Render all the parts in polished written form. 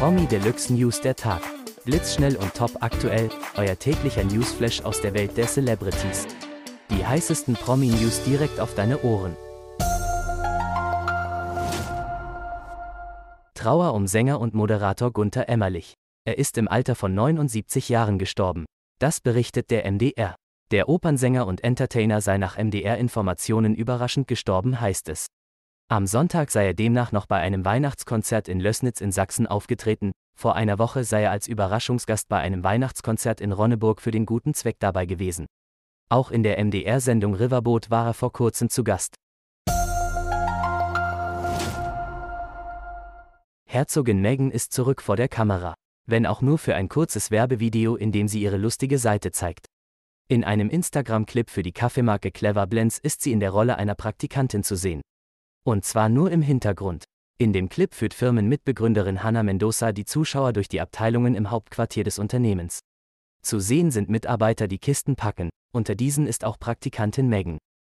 Promi Deluxe News der Tag. Blitzschnell und top aktuell, euer täglicher Newsflash aus der Welt der Celebrities. Die heißesten Promi-News direkt auf deine Ohren. Trauer um Sänger und Moderator Gunter Emmerlich. Er ist im Alter von 79 Jahren gestorben. Das berichtet der MDR. Der Opernsänger und Entertainer sei nach MDR-Informationen überraschend gestorben, heißt es. Am Sonntag sei er demnach noch bei einem Weihnachtskonzert in Lößnitz in Sachsen aufgetreten, vor einer Woche sei er als Überraschungsgast bei einem Weihnachtskonzert in Ronneburg für den guten Zweck dabei gewesen. Auch in der MDR-Sendung Riverboat war er vor kurzem zu Gast. Herzogin Meghan ist zurück vor der Kamera, wenn auch nur für ein kurzes Werbevideo, in dem sie ihre lustige Seite zeigt. In einem Instagram-Clip für die Kaffeemarke Clever Blends ist sie in der Rolle einer Praktikantin zu sehen. Und zwar nur im Hintergrund. In dem Clip führt Firmenmitbegründerin Hannah Mendoza die Zuschauer durch die Abteilungen im Hauptquartier des Unternehmens. Zu sehen sind Mitarbeiter, die Kisten packen, unter diesen ist auch Praktikantin Meghan.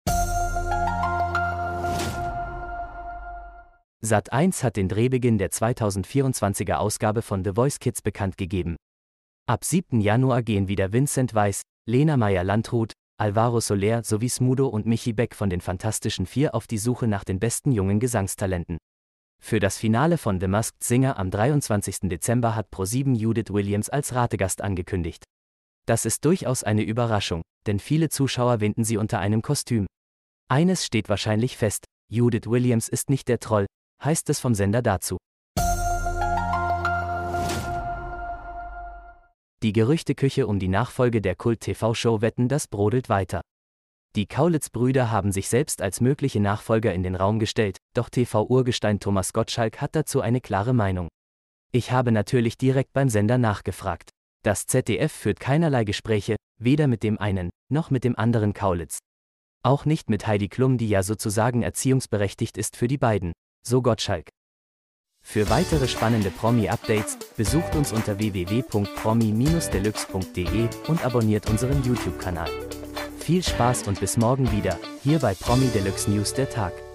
Sat.1 hat den Drehbeginn der 2024er Ausgabe von The Voice Kids bekannt gegeben. Ab 7. Januar gehen wieder Vincent Weiss, Lena Meyer-Landrut, Alvaro Soler sowie Smudo und Michi Beck von den Fantastischen Vier auf die Suche nach den besten jungen Gesangstalenten. Für das Finale von The Masked Singer am 23. Dezember hat ProSieben Judith Williams als Rategast angekündigt. Das ist durchaus eine Überraschung, denn viele Zuschauer wähnten sie unter einem Kostüm. Eines steht wahrscheinlich fest: Judith Williams ist nicht der Troll, heißt es vom Sender dazu. Die Gerüchteküche um die Nachfolge der Kult-TV-Show Wetten, das brodelt weiter. Die Kaulitz-Brüder haben sich selbst als mögliche Nachfolger in den Raum gestellt, doch TV-Urgestein Thomas Gottschalk hat dazu eine klare Meinung. Ich habe natürlich direkt beim Sender nachgefragt. Das ZDF führt keinerlei Gespräche, weder mit dem einen, noch mit dem anderen Kaulitz. Auch nicht mit Heidi Klum, die ja sozusagen erziehungsberechtigt ist für die beiden, so Gottschalk. Für weitere spannende Promi-Updates, besucht uns unter www.promi-deluxe.de und abonniert unseren YouTube-Kanal. Viel Spaß und bis morgen wieder, hier bei Promi Deluxe News der Tag.